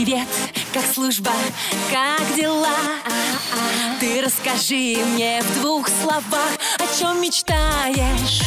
Привет, как служба, как дела? Ты расскажи мне в 2 словах, о чем мечтаешь,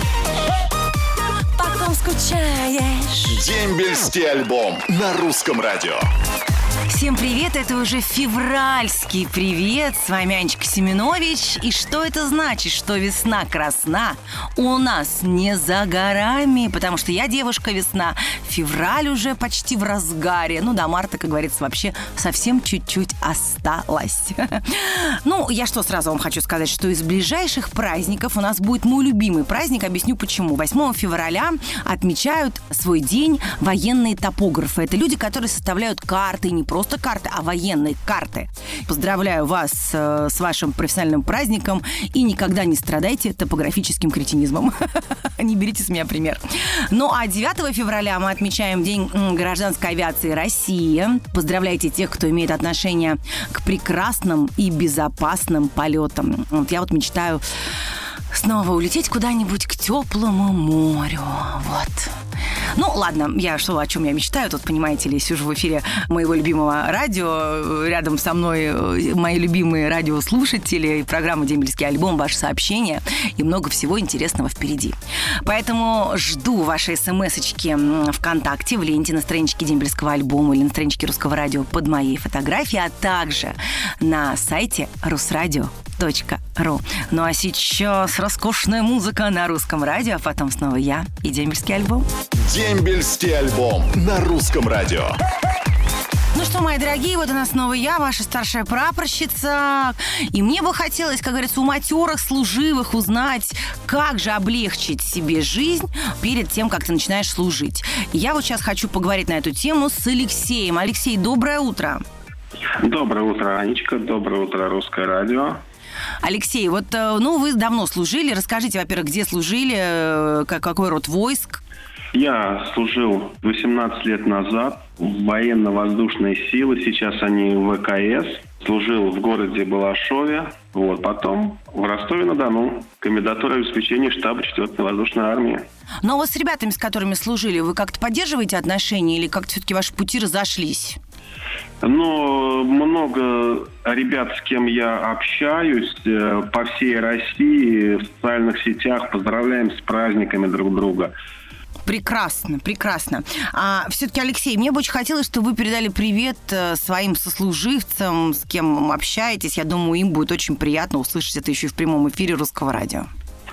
по ком скучаешь. Дембельский альбом на русском радио. Всем привет, это уже февральский привет, с вами Анечка Семенович. И что это значит, что весна красна у нас не за горами, потому что я девушка весна, февраль уже почти в разгаре. Ну, до марта, как говорится, вообще совсем чуть-чуть осталось. Ну, я что сразу вам хочу сказать, что из ближайших праздников у нас будет мой любимый праздник, объясню почему. 8 февраля отмечают свой день военные топографы. Это люди, которые составляют карты, не просто карты, а военные карты. Поздравляю вас с вашим профессиональным праздником и никогда не страдайте топографическим кретинизмом. Не берите с меня пример. Ну, а 9 февраля мы отмечаем День гражданской авиации России. Поздравляйте тех, кто имеет отношение к прекрасным и безопасным полетам. Вот я вот мечтаю снова улететь куда-нибудь к теплому морю. Вот. Ну, ладно, о чем я мечтаю, тут, понимаете ли, сижу в эфире моего любимого радио, рядом со мной мои любимые радиослушатели, программа «Дембельский альбом», ваши сообщения и много всего интересного впереди. Поэтому жду ваши смс-очки ВКонтакте, в ленте на страничке «Дембельского альбома» или на страничке Русского радио под моей фотографией, а также на сайте rusradio.ru. Ну а сейчас роскошная музыка на русском радио, а потом снова я и «Дембельский альбом». Дембельский альбом на русском радио. Ну что, мои дорогие, вот у нас снова я, ваша старшая прапорщица. И мне бы хотелось, как говорится, у матерых служивых узнать, как же облегчить себе жизнь перед тем, как ты начинаешь служить. И я вот сейчас хочу поговорить на эту тему с Алексеем. Алексей, доброе утро. Доброе утро, Анечка. Доброе утро, Русское радио. Алексей, вот, вы давно служили. Расскажите, во-первых, где служили, какой род войск? Я служил 18 лет назад в военно-воздушные силы, сейчас они в ВКС. Служил в городе Балашове, потом в Ростове-на-Дону, комендатура обеспечения штаба 4-й воздушной армии. Но вот с ребятами, с которыми служили, вы как-то поддерживаете отношения или как-то все-таки ваши пути разошлись? Много ребят, с кем я общаюсь по всей России, в социальных сетях, поздравляем с праздниками друг друга. Прекрасно, прекрасно. А все-таки, Алексей, мне бы очень хотелось, чтобы вы передали привет своим сослуживцам, с кем общаетесь. Я думаю, им будет очень приятно услышать это еще и в прямом эфире Русского радио.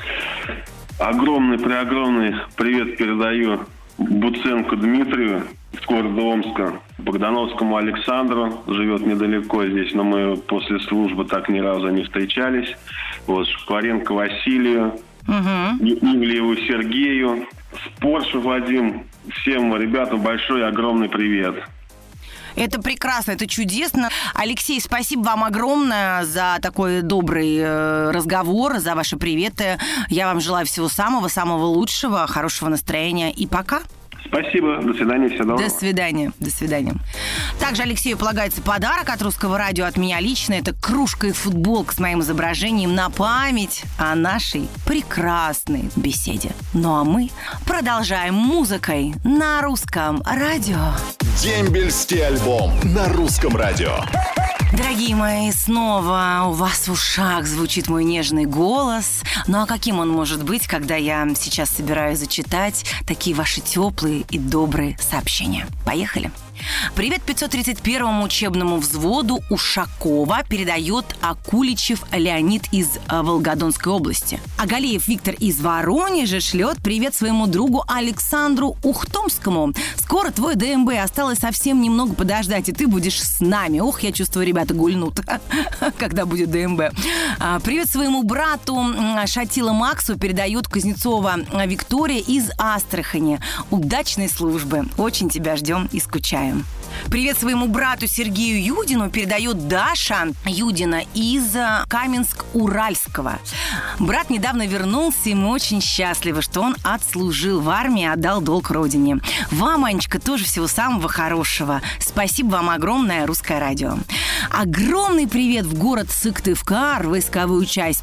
Огромный привет передаю Буценко Дмитрию из города Омска, Богдановскому Александру, живет недалеко здесь, но мы после службы так ни разу не встречались. Шкваренко Василию, Ивлееву Сергею, Споршу Вадим. Всем ребятам большой огромный привет. Это прекрасно, это чудесно. Алексей, спасибо вам огромное за такой добрый разговор, за ваши приветы. Я вам желаю всего самого лучшего, хорошего настроения и пока. Спасибо, до свидания, всего доброго. До свидания. Также Алексею полагается подарок от Русского радио, от меня лично. Это кружка и футболка с моим изображением на память о нашей прекрасной беседе. Ну а мы продолжаем музыкой на Русском радио. Дембельский альбом на русском радио. Дорогие мои, снова у вас в ушах звучит мой нежный голос. Ну а каким он может быть, когда я сейчас собираюсь зачитать такие ваши теплые и добрые сообщения? Поехали! Привет 531-му учебному взводу Ушакова передает Акуличев Леонид из Волгодонской области. Агалиев Виктор из Воронежа шлет привет своему другу Александру Ухтомскому. Скоро твой ДМБ, осталось совсем немного подождать, и ты будешь с нами. Ох, я чувствую, ребята гульнут, когда будет ДМБ. Привет своему брату Шатила Максу передает Кузнецова Виктория из Астрахани. Удачной службы. Очень тебя ждем и скучаем. Привет своему брату Сергею Юдину передает Даша Юдина из Каменск-Уральского. Брат недавно вернулся, и мы очень счастливы, что он отслужил в армии, отдал долг родине. Вам, Анечка, тоже всего самого хорошего. Спасибо вам огромное, Русское радио. Огромный привет в город Сыктывкар. Войсковую часть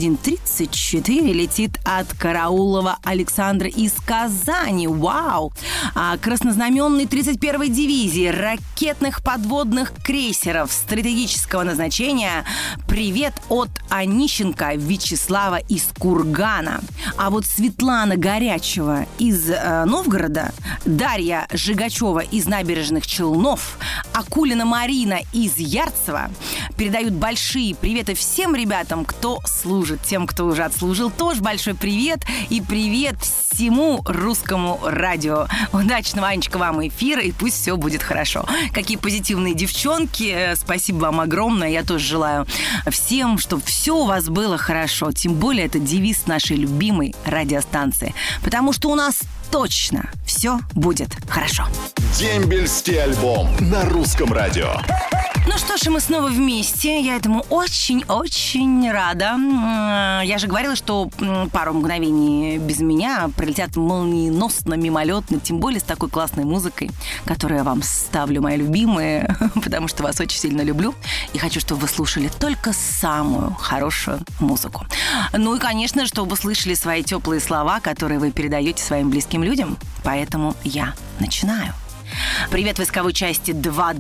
5134 летит от Караулова Александра из Казани. Вау! Краснознаменный 31-й дивизии ракетных подводных крейсеров стратегического назначения. Привет от Онищенко Вячеслава из Кургана. А вот Светлана Горячева из Новгорода, Дарья Жигачева из Набережных Челнов, Акулина Марина из Ярцева передают большие приветы всем ребятам, кто служит. Тем, кто уже отслужил, тоже большой привет. И привет всему русскому радио. Удачного, Анечка, вам эфира, и пусть все будет хорошо. Какие позитивные девчонки. Спасибо вам огромное. Я тоже желаю всем, чтобы все у вас было хорошо. Тем более это девиз нашей любимой радиостанции. Потому что у нас точно все будет хорошо. Дембельский альбом на русском радио. Ну что ж, мы снова вместе. Я этому очень-очень рада. Я же говорила, что пару мгновений без меня пролетят молниеносно, мимолетно, тем более с такой классной музыкой, которую я вам ставлю, мои любимые, потому что вас очень сильно люблю и хочу, чтобы вы слушали только самую хорошую музыку. Ну и, конечно, чтобы вы слышали свои теплые слова, которые вы передаете своим близким людям. Поэтому я начинаю. Привет войсковой части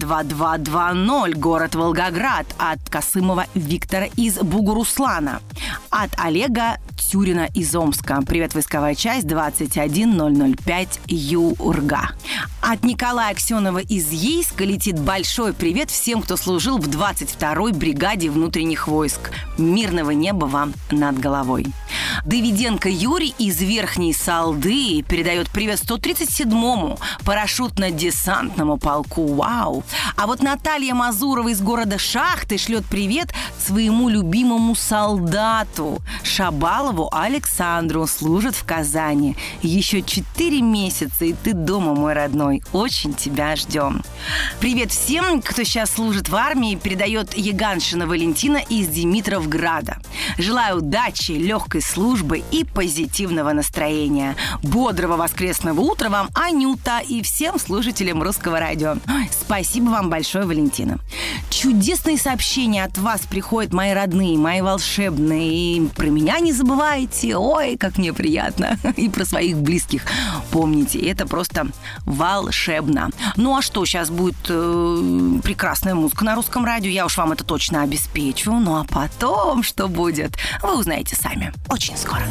22220, город Волгоград, от Касымова Виктора из Бугуруслана, от Олега Тюрина из Омска. Привет войсковая часть 21005 Юрга. От Николая Аксенова из Ейска летит большой привет всем, кто служил в 22-й бригаде внутренних войск. Мирного неба вам над головой. Давиденко Юрий из Верхней Салды передает привет 137-му парашютно-десантному полку. Вау! А вот Наталья Мазурова из города Шахты шлет привет своему любимому солдату Шабалову Александру. Служит в Казани. Еще 4 месяца, и ты дома, мой родной. Очень тебя ждем. Привет всем, кто сейчас служит в армии, передает Яганшина Валентина из Димитровграда. Желаю удачи, легкой службы и позитивного настроения. Бодрого воскресного утра вам, Анюта, и всем слушателям Русского радио. Спасибо вам большое, Валентина. Чудесные сообщения от вас приходят, мои родные, мои волшебные. И про меня не забывайте. Ой, как мне приятно. И про своих близких помните. Это просто волшебно. Ну а что, сейчас будет прекрасная музыка на Русском радио. Я уж вам это точно обеспечу. Ну а потом, что будет, вы узнаете сами. Очень скоро.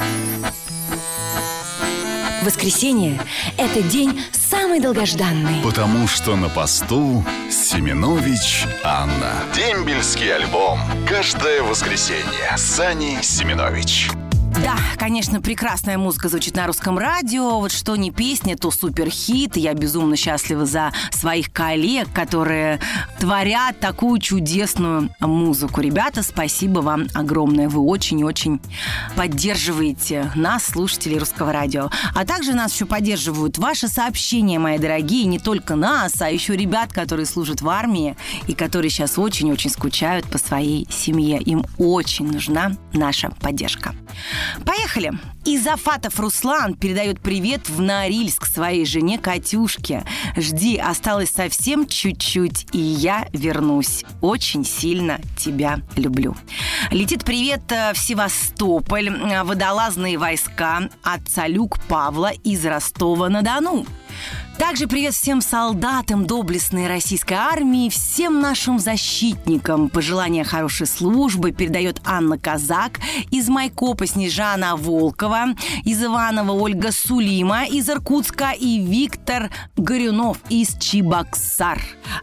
Воскресенье – это день самый долгожданный. Потому что на посту Семенович Анна. Дембельский альбом. Каждое воскресенье. Сани Семенович. Да, конечно, прекрасная музыка звучит на Русском радио. Вот что не песня, то суперхит. Я безумно счастлива за своих коллег, которые творят такую чудесную музыку. Ребята, спасибо вам огромное. Вы очень-очень поддерживаете нас, слушателей Русского радио. А также нас еще поддерживают ваши сообщения, мои дорогие. Не только нас, а еще ребят, которые служат в армии и которые сейчас очень-очень скучают по своей семье. Им очень нужна наша поддержка. Поехали! Изафатов Руслан передает привет в Норильск своей жене Катюшке. Жди, осталось совсем чуть-чуть, и я вернусь. Очень сильно тебя люблю. Летит привет в Севастополь, водолазные войска от Цалюк Павла из Ростова-на-Дону. Также привет всем солдатам доблестной российской армии, всем нашим защитникам. Пожелания хорошей службы передает Анна Казак из Майкопа, Снежана Волкова, из Иванова Ольга Сулима, из Иркутска и Виктор Горюнов из Чебоксар.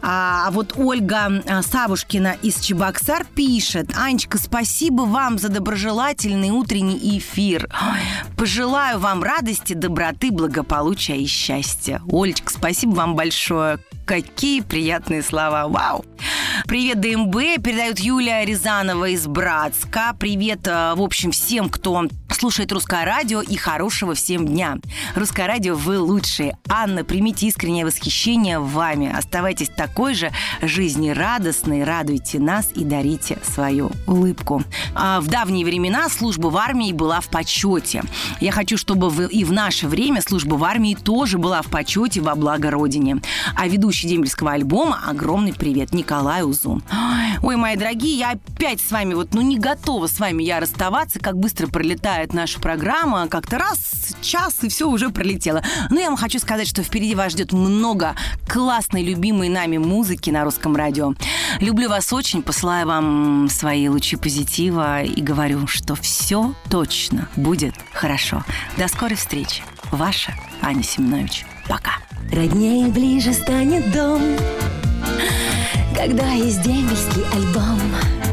А вот Ольга Савушкина из Чебоксар пишет: Анечка, спасибо вам за доброжелательный утренний эфир. Пожелаю вам радости, доброты, благополучия и счастья. Олечка, спасибо вам большое. Какие приятные слова. Вау! Привет, ДМБ, передает Юлия Рязанова из Братска. Привет, в общем, всем, кто слушает Русское радио, и хорошего всем дня. Русское радио, вы лучшие. Анна, примите искреннее восхищение вами. Оставайтесь такой же жизнерадостной, радуйте нас и дарите свою улыбку. В давние времена служба в армии была в почете. Я хочу, чтобы и в наше время служба в армии тоже была в почете во благо Родине. А ведущий дембельского альбома огромный привет Николаю паузу. Ой, мои дорогие, я опять с вами, не готова с вами я расставаться, как быстро пролетает наша программа. Как-то раз, час, и все уже пролетело. Но я вам хочу сказать, что впереди вас ждет много классной, любимой нами музыки на Русском радио. Люблю вас очень, посылаю вам свои лучи позитива и говорю, что все точно будет хорошо. До скорой встречи. Ваша Аня Семенович. Пока. Роднее ближе станет дом, когда есть дембельский альбом.